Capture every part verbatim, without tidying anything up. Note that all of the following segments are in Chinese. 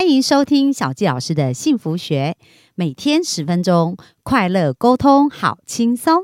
欢迎收听小纪老师的幸福学，每天十分钟，快乐沟通，好轻松。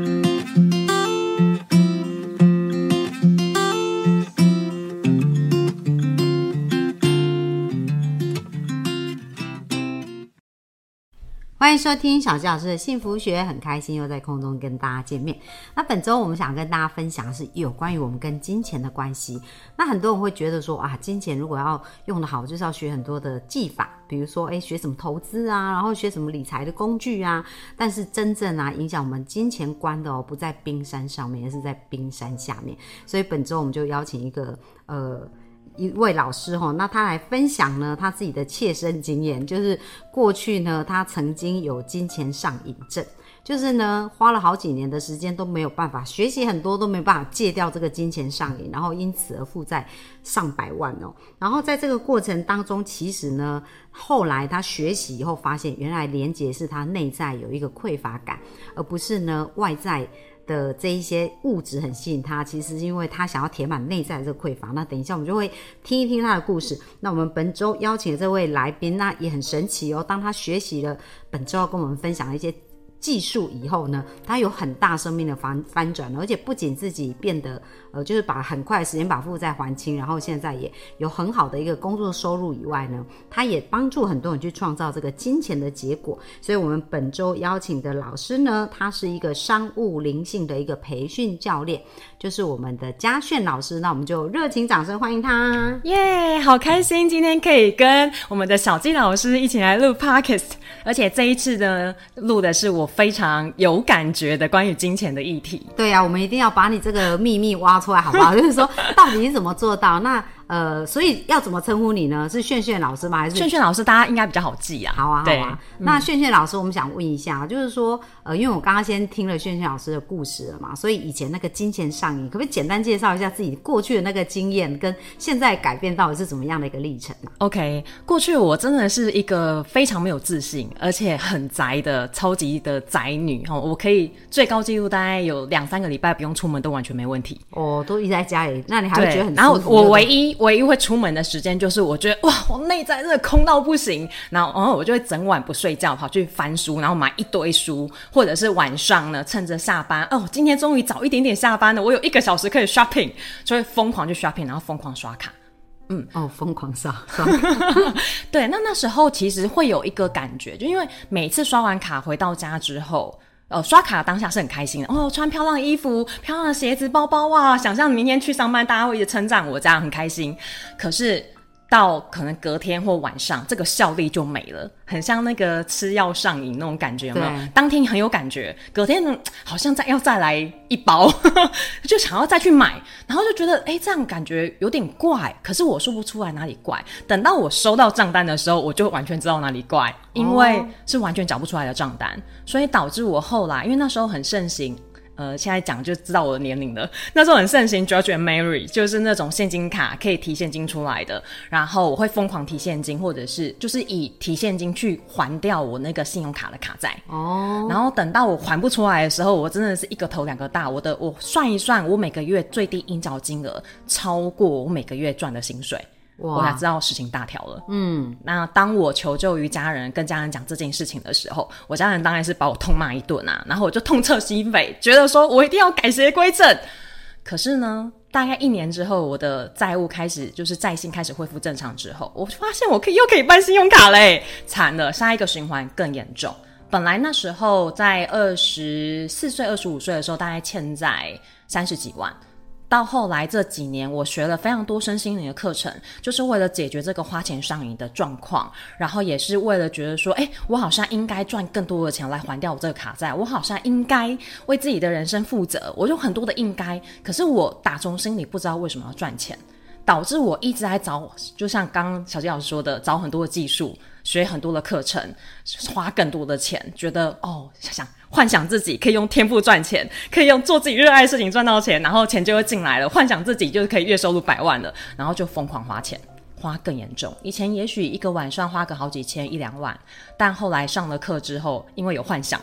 欢迎收听小纪老师的幸福学，很开心又在空中跟大家见面。那本周我们想跟大家分享的是有关于我们跟金钱的关系。那很多人会觉得说啊，金钱如果要用得好，就是要学很多的技法，比如说诶学什么投资啊，然后学什么理财的工具啊。但是真正啊影响我们金钱观的哦，不在冰山上面，而是在冰山下面。所以本周我们就邀请一个呃。一位老师齁，那他来分享呢他自己的切身经验，就是过去呢他曾经有金钱上瘾症，就是呢花了好几年的时间都没有办法学习很多，都没有办法戒掉这个金钱上瘾，然后因此而负债上百万哦。然后在这个过程当中，其实呢后来他学习以后发现，原来连结是他内在有一个匮乏感，而不是呢外在的这一些物质很吸引他，其实是因为他想要填满内在的这个匮乏。那等一下我们就会听一听他的故事。那我们本周邀请的这位来宾，那也很神奇哦。当他学习了本周要跟我们分享一些技术以后呢，他有很大生命的翻翻转，而且不仅自己变得呃，就是把很快的时间把负债还清，然后现在也有很好的一个工作收入以外呢，他也帮助很多人去创造这个金钱的结果。所以我们本周邀请的老师呢，他是一个商务灵性的一个培训教练，就是我们的嘉炫老师。那我们就热情掌声欢迎他。 耶、yeah, 好开心今天可以跟我们的小纪老师一起来录 Podcast， 而且这一次呢录的是我非常有感觉的关于金钱的议题。 对啊，我们一定要把你这个秘密挖出来好不好？就是说到底是怎么做到？那呃，所以要怎么称呼你呢？是炫炫老师吗？还是炫炫老师？大家应该比较好记啊。 好啊，好啊。那炫炫老师，我们想问一下，就是说，呃，因为我刚刚先听了炫炫老师的故事了嘛，所以以前那个金钱上瘾，可不可以简单介绍一下自己过去的那个经验，跟现在改变到底是怎么样的一个历程啊 ？OK， 过去我真的是一个非常没有自信，而且很宅的超级的宅女哦。我可以最高纪录大概有两三个礼拜不用出门都完全没问题。 哦，都一直在家里，那你还会觉得很舒服？ 然后我唯一唯一会出门的时间就是我觉得哇，我内在真的空到不行，然后然后我就会整晚不睡觉跑去翻书，然后买一堆书，或者是晚上呢趁着下班哦，今天终于早一点点下班了，我有一个小时可以 shopping， 就会疯狂去 shopping， 然后疯狂刷卡。 嗯，哦，疯狂刷刷卡。 对，那那时候其实会有一个感觉，就因为每次刷完卡回到家之后。呃，刷卡当下是很开心的哦，穿漂亮的衣服、漂亮的鞋子、包包啊，想象明天去上班，大家会一直称赞我，这样很开心。可是到可能隔天或晚上，这个效力就没了，很像那个吃药上瘾那种感觉，有没有？当天很有感觉，隔天呢好像再要再来一包，就想要再去买，然后就觉得哎，这样感觉有点怪，可是我说不出来哪里怪。等到我收到账单的时候，我就完全知道哪里怪，因为是完全缴不出来的账单，所以导致我后来，因为那时候很盛行。呃，现在讲就知道我的年龄了。那时候很盛行 George and Mary， 就是那种现金卡可以提现金出来的，然后我会疯狂提现金，或者是就是以提现金去还掉我那个信用卡的卡债。哦。然后等到我还不出来的时候，我真的是一个头两个大。我的我算一算，我每个月最低应缴金额超过我每个月赚的薪水。我才知道事情大条了。嗯，那当我求救于家人，跟家人讲这件事情的时候，我家人当然是把我痛骂一顿啊，然后我就痛彻心扉，觉得说我一定要改邪归正。可是呢，大概一年之后，我的债务开始就是债信开始恢复正常之后，我发现我可以又可以办信用卡嘞，惨了，下一个循环更严重。本来那时候在二十四岁、二十五岁的时候，大概欠债三十几万。到后来这几年，我学了非常多身心灵的课程，就是为了解决这个花钱上瘾的状况，然后也是为了觉得说，哎，我好像应该赚更多的钱来还掉我这个卡债，我好像应该为自己的人生负责，我有很多的应该，可是我打从心里不知道为什么要赚钱，导致我一直在找，就像刚刚小纪老师说的，找很多的技术，学很多的课程，花更多的钱，觉得哦，想幻想自己可以用天赋赚钱，可以用做自己热爱的事情赚到钱，然后钱就会进来了，幻想自己就是可以月收入百万了，然后就疯狂花钱，花更严重。以前也许一个晚上花个好几千一两万，但后来上了课之后，因为有幻想嘛，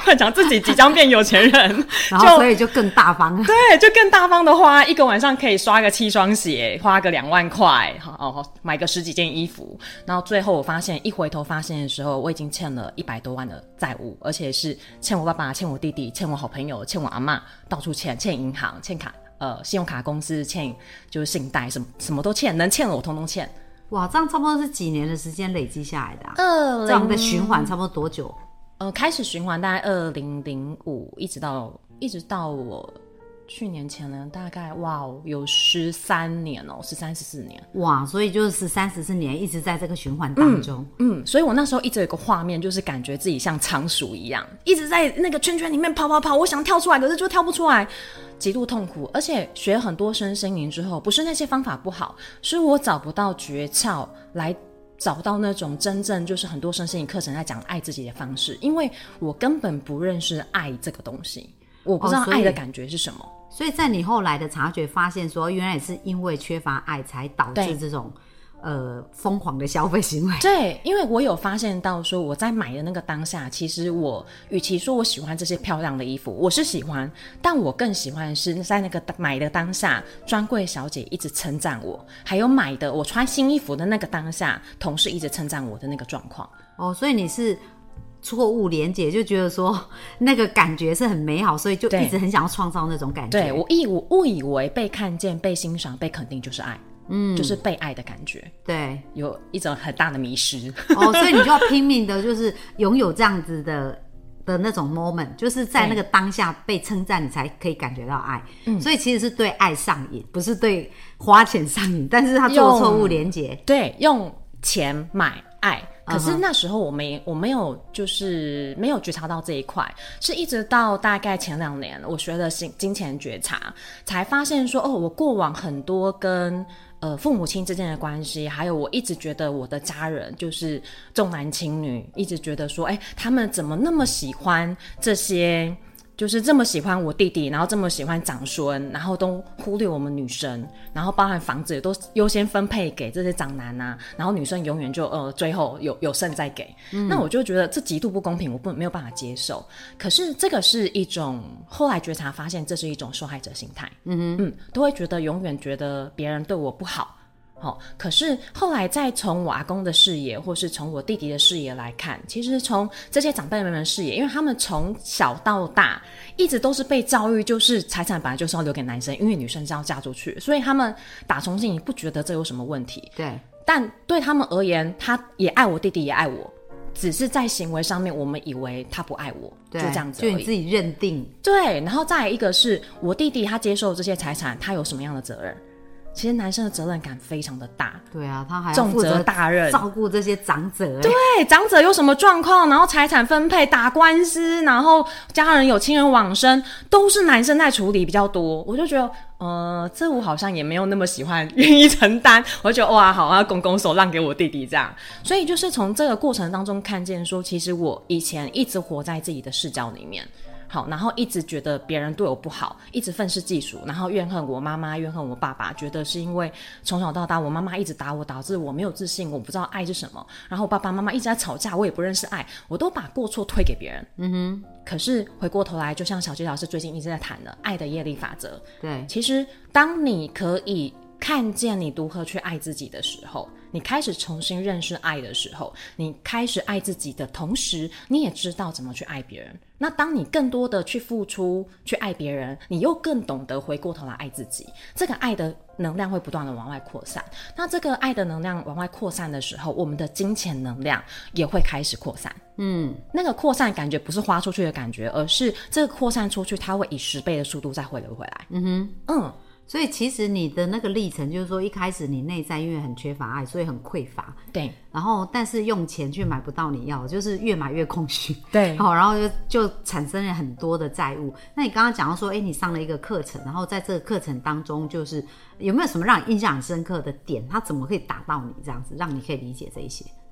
幻想自己即将变有钱人， 然后所以就更大方了。 对，就更大方的花，一个晚上可以刷个七双鞋，花个两万块，哦，买个十几件衣服。然后最后我发现，一回头发现的时候，我已经欠了一百多万的债务，而且是欠我爸爸、欠我弟弟、欠我好朋友、欠我阿嬷，到处欠，欠银行、欠卡呃信用卡公司、欠就是信贷，什么什么都欠，能欠的我通通欠。 哇，这样差不多是几年的时间累积下来的啊？ 呃， 这样的循环差不多多久？ 呃，开始循环大概二零零五，一直到一直到我去年前呢，大概哇有十三年哦，十三十四年。 哇，所以就是十三十四年一直在这个循环当中。 嗯, 嗯，所以我那时候一直有一个画面，就是感觉自己像仓鼠一样，一直在那个圈圈里面跑跑跑，我想跳出来，可是就跳不出来，极度痛苦。而且学很多身心灵之后，不是那些方法不好，是我找不到诀窍来。找到那种真正就是很多身心灵课程在讲爱自己的方式，因为我根本不认识爱这个东西，我不知道爱的感觉是什么。哦、 所以, 所以在你后来的察觉发现说，原来是因为缺乏爱才导致这种呃疯狂的消费行为。 对，因为我有发现到说，我在买的那个当下，其实我与其说我喜欢这些漂亮的衣服，我是喜欢，但我更喜欢的是在那个买的当下，专柜小姐一直称赞我，还有买的我穿新衣服的那个当下，同事一直称赞我的那个状况。 哦，所以你是错误连结，就觉得说那个感觉是很美好，所以就一直很想要创造那种感觉。 对，我以我误以为被看见、被欣赏、被肯定就是爱。嗯，就是被爱的感觉， 对， 有一种很大的迷失。 哦，所以你就要拼命的，就是拥有这样子的的那种 moment， 就是在那个当下被称赞，你才可以感觉到爱。嗯，所以其实是对爱上瘾，不是对花钱上瘾，但是他做错误连结， 对，用钱买爱。可是那时候我没我没有就是没有觉察到这一块，是一直到大概前两年我学了金钱觉察，才发现说哦，我过往很多跟呃父母亲之间的关系，还有我一直觉得我的家人就是重男轻女，一直觉得说哎，他们怎么那么喜欢这些，就是这么喜欢我弟弟，然后这么喜欢长孙，然后都忽略我们女生，然后包含房子也都优先分配给这些长男啊，然后女生永远就呃最后有有剩再给、嗯、那我就觉得这极度不公平，我不没有办法接受。可是这个是一种后来觉察发现，这是一种受害者心态。嗯哼，嗯，都会觉得永远觉得别人对我不好。哦、可是后来再从我阿公的视野，或是从我弟弟的视野来看，其实从这些长辈们的视野，因为他们从小到大一直都是被教育，就是财产本来就是要留给男生，因为女生是要嫁出去，所以他们打从心里不觉得这有什么问题。 对， 但对他们而言，他也爱我弟弟，也爱我，只是在行为上面我们以为他不爱我，就这样子而已， 就你自己认定。 对，然后再来一个是我弟弟他接受这些财产，他有什么样的责任？其实男生的责任感非常的大。 对啊，他还要负责大任照顾这些长者。 对，长者有什么状况，然后财产分配、打官司，然后家人有亲人往生，都是男生在处理比较多。我就觉得呃，这我好像也没有那么喜欢愿意承担。我就觉得哇，好啊，拱拱手让给我弟弟这样。所以就是从这个过程当中看见说，其实我以前一直活在自己的视角里面，好，然后一直觉得别人对我不好，一直愤世嫉俗，然后怨恨我妈妈，怨恨我爸爸，觉得是因为从小到大我妈妈一直打我，导致我没有自信，我不知道爱是什么，然后我爸爸妈妈一直在吵架，我也不认识爱，我都把过错推给别人。嗯哼。可是回过头来，就像小杰老师最近一直在谈的爱的业力法则，对，其实当你可以看见你如何去爱自己的时候，你开始重新认识爱的时候，你开始爱自己的同时，你也知道怎么去爱别人。那当你更多的去付出去爱别人，你又更懂得回过头来爱自己，这个爱的能量会不断的往外扩散。那这个爱的能量往外扩散的时候，我们的金钱能量也会开始扩散。嗯，那个扩散感觉不是花出去的感觉，而是这个扩散出去，它会以十倍的速度再回流回来。嗯哼，嗯。 所以其实你的那个历程就是说，一开始你内在因为很缺乏爱，所以很匮乏， 对， 然后但是用钱却买不到你要的，就是越买越空虚， 对， 好，然后就就产生了很多的债务。那你刚刚讲到说，哎，你上了一个课程，然后在这个课程当中，就是有没有什么让你印象很深刻的点？它怎么可以打到你这样子，让你可以理解这一些？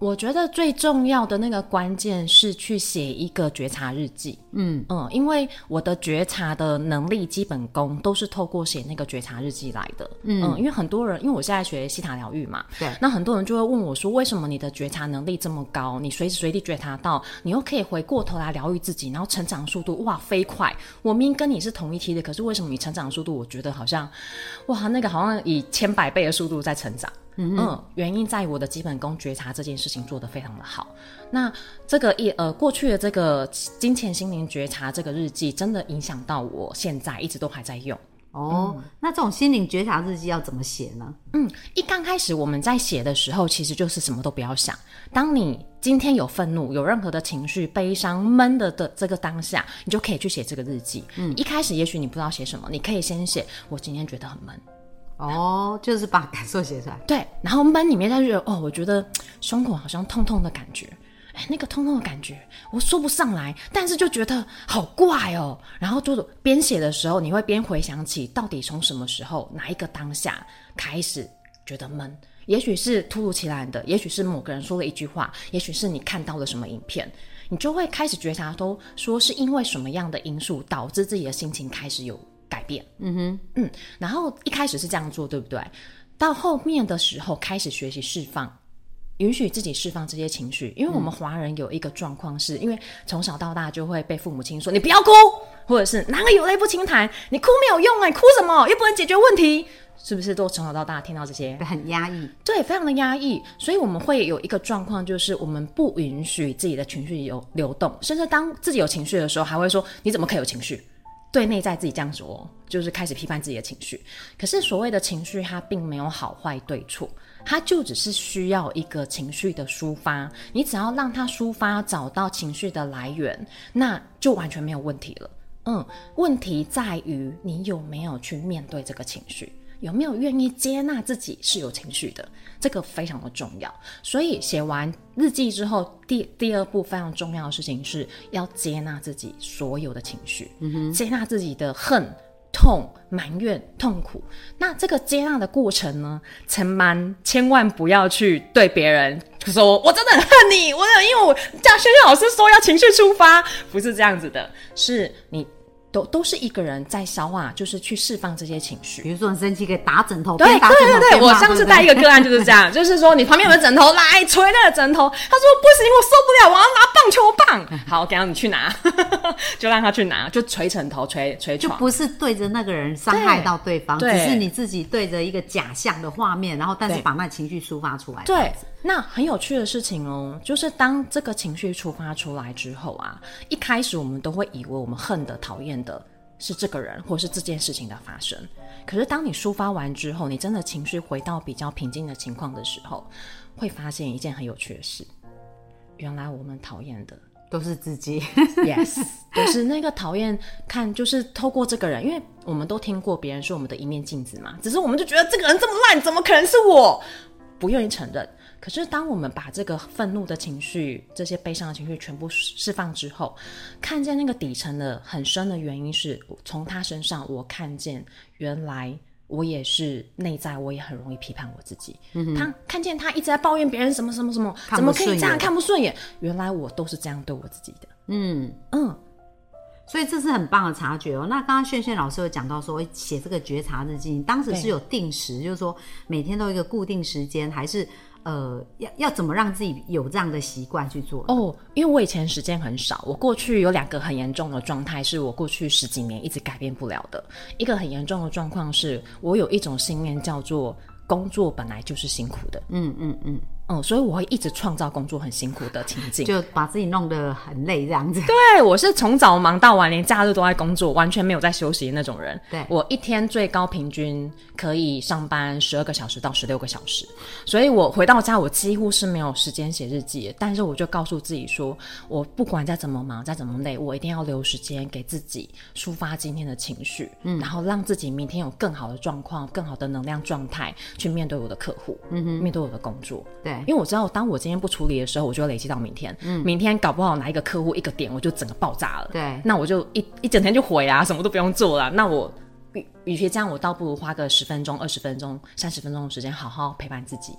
我觉得最重要的那个关键是去写一个觉察日记。嗯嗯，因为我的觉察的能力基本功都是透过写那个觉察日记来的。嗯, 嗯因为很多人，因为我现在学西塔疗愈嘛，对，那很多人就会问我说，为什么你的觉察能力这么高？你随时随地觉察到，你又可以回过头来疗愈自己，然后成长速度哇飞快。我明明跟你是同一梯的，可是为什么你成长速度，我觉得好像哇那个好像以千百倍的速度在成长。嗯, 嗯，原因在于我的基本功觉察这件事情做得非常的好。那这个一呃过去的这个金钱心灵觉察这个日记，真的影响到我现在一直都还在用。 哦、嗯，那这种心灵觉察日记要怎么写呢？ 嗯，一刚开始我们在写的时候，其实就是什么都不要想。当你今天有愤怒，有任何的情绪，悲伤闷的的这个当下，你就可以去写这个日记。嗯，一开始也许你不知道写什么，你可以先写我今天觉得很闷。 哦，就是把感受写出来。 对，然后闷里面再觉得哦，我觉得胸口好像痛痛的感觉，哎，那个痛痛的感觉我说不上来，但是就觉得好怪哦。然后就边写的时候，你会边回想起到底从什么时候哪一个当下开始觉得闷，也许是突如其来的，也许是某个人说了一句话，也许是你看到了什么影片，你就会开始觉察都说是因为什么样的因素导致自己的心情开始有改变。嗯哼，嗯，然后一开始是这样做，对不对？到后面的时候开始学习释放，允许自己释放这些情绪。因为我们华人有一个状况是，因为从小到大就会被父母亲说你不要哭，或者是男儿有泪不轻弹，你哭没有用啊，你哭什么又不能解决问题，是不是都从小到大听到这些很压抑？ 对，非常的压抑。所以我们会有一个状况，就是我们不允许自己的情绪有流动，甚至当自己有情绪的时候还会说你怎么可以有情绪，对内在自己这样说，就是开始批判自己的情绪。可是所谓的情绪它并没有好坏对错，它就只是需要一个情绪的抒发，你只要让它抒发，找到情绪的来源，那就完全没有问题了。嗯，问题在于你有没有去面对这个情绪，有没有愿意接纳自己是有情绪的，这个非常的重要。所以写完日记之后，第第二步非常重要的事情是要接纳自己所有的情绪。嗯哼，接纳自己的恨、痛、埋怨、痛苦。那这个接纳的过程呢，千万千万不要去对别人说我真的很恨你，我因为我家轩轩老师说要情绪抒发，不是这样子的，是你都都是一个人在消化，就是去释放这些情绪。 比如说很生气可以打枕头， 对边打枕头对对对， 边骂我上次带一个个案就是这样，就是说你旁边有个枕头，来捶那个枕头，他说不行，我受不了，我要拿棒球棒。好，给他你去拿，就让他去拿，就捶枕头、捶捶床， 就不是对着那个人伤害到对方， 对只是你自己对着一个假象的画面，然后但是把那情绪抒发出来。 对，那很有趣的事情哦，就是当这个情绪触发出来之后啊，一开始我们都会以为我们恨的、讨厌的是这个人或是这件事情的发生，可是当你抒发完之后，你真的情绪回到比较平静的情况的时候，会发现一件很有趣的事，原来我们讨厌的都是自己 yes 就是那个讨厌看，就是透过这个人，因为我们都听过别人说我们的一面镜子嘛，只是我们就觉得这个人这么烂，怎么可能是我，不愿意承认。可是当我们把这个愤怒的情绪，这些悲伤的情绪全部释放之后，看见那个底层的很深的原因是，从他身上我看见原来我也是内在，我也很容易批判我自己。嗯、他看见他一直在抱怨别人什么什么什么，怎么可以这样看不顺眼，原来我都是这样对我自己的。嗯嗯， 所以这是很棒的察觉哦。那刚刚炫炫老师有讲到说写这个觉察日记，你当时是有定时，就是说每天都有一个固定时间，还是呃要要怎么让自己有这样的习惯去做？ 哦，因为我以前时间很少，我过去有两个很严重的状态，是我过去十几年一直改变不了的。一个很严重的状况是我有一种信念叫做工作本来就是辛苦的。嗯嗯嗯。嗯，所以我会一直创造工作很辛苦的情境， 就把自己弄得很累这样子。 对，我是从早忙到晚，连假日都在工作，完全没有在休息的那种人。 对， 我一天最高平均可以上班十二个小时到十六个小时，所以我回到家我几乎是没有时间写日记的。但是我就告诉自己说，我不管再怎么忙再怎么累，我一定要留时间给自己抒发今天的情绪，嗯，然后让自己明天有更好的状况、更好的能量状态去面对我的客户，嗯哼，面对我的工作。 对， 因为我知道当我今天不处理的时候，我就会累积到明天、嗯、明天搞不好哪一个客户一个点我就整个爆炸了， 对， 那我就 一, 一整天就毁啦，什么都不用做啦。那我与其这样，我倒不如花个十分钟二十分钟三十分钟的时间好好陪伴自己。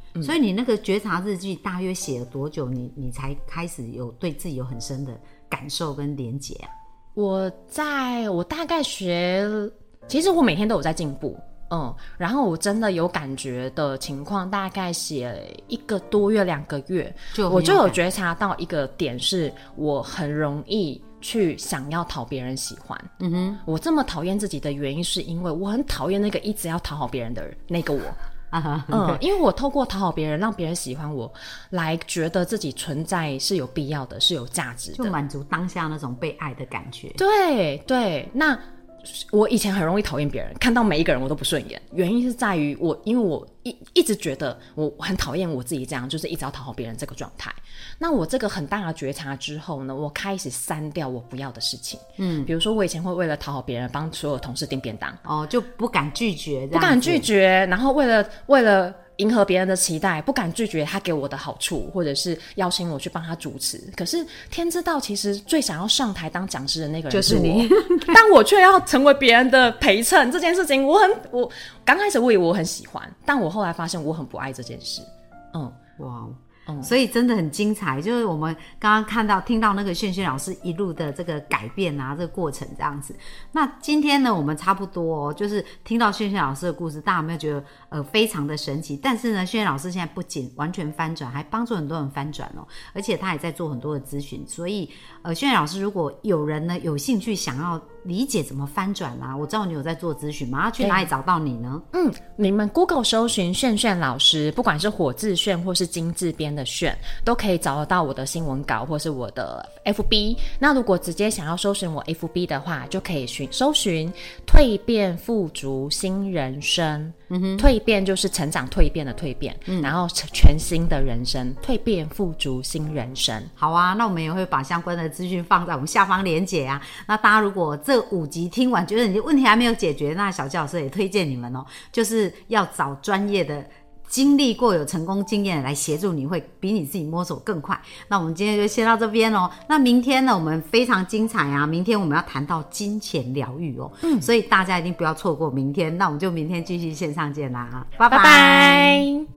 嗯、 所以你那个觉察日记大约写了多久，你你才开始有对自己有很深的感受跟连结啊？ 我在我大概学，其实我每天都有在进步，嗯，然后我真的有感觉的情况，大概写一个多月、两个月，就我就有觉察到一个点，是我很容易去想要讨别人喜欢。嗯哼，我这么讨厌自己的原因，是因为我很讨厌那个一直要讨好别人的人，那个我。 啊、 嗯，因为我透过讨好别人，让别人喜欢我，来觉得自己存在是有必要的，是有价值的， 就满足当下那种被爱的感觉。 对对，那我以前很容易讨厌别人，看到每一个人我都不顺眼，原因是在于我，因为我一一直觉得我很讨厌我自己这样，就是一直要讨好别人这个状态。那我这个很大的觉察之后呢，我开始删掉我不要的事情。嗯，比如说我以前会为了讨好别人，帮所有同事订便当， 哦，就不敢拒绝， 不敢拒绝，然后为了为了迎合别人的期待，不敢拒绝他给我的好处，或者是邀请我去帮他主持。可是天知道，其实最想要上台当讲师的那个人是我，就是你但我却要成为别人的陪衬。这件事情我很我刚开始我以为我很喜欢，但我后来发现我很不爱这件事。嗯， 哇，嗯，所以真的很精彩，就是我们刚刚看到听到那个炫炫老师一路的这个改变啊，这个过程这样子。那今天呢，我们差不多哦，就是听到炫炫老师的故事，大家有没有觉得呃非常的神奇？但是呢，炫炫老师现在不仅完全翻转，还帮助很多人翻转哦，而且他也在做很多的咨询。所以呃，炫炫老师如果有人呢有兴趣想要理解怎么翻转啊，我知道你有在做咨询嘛，要去哪里找到你呢？ 嗯，你们 Google 搜寻炫炫老师，不管是火字炫或是金字边的炫，都可以找得到我的新闻稿或是我的 F B。 那如果直接想要搜寻我 F B 的话，就可以寻搜寻蜕变富足新人生。嗯哼，蜕变就是成长蜕变的蜕变、嗯、然后全新的人生，蜕变富足新人生。 好啊，那我们也会把相关的资讯放在我们下方连结啊。那大家如果这五集听完觉得你的问题还没有解决，那小纪老师也推荐你们哦，就是要找专业的经历过有成功经验来协助你，会比你自己摸索更快。那我们今天就先到这边哦。那明天呢，我们非常精彩啊！明天我们要谈到金钱疗愈哦，嗯，所以大家一定不要错过明天。那我们就明天继续线上见啦，拜拜。 拜拜。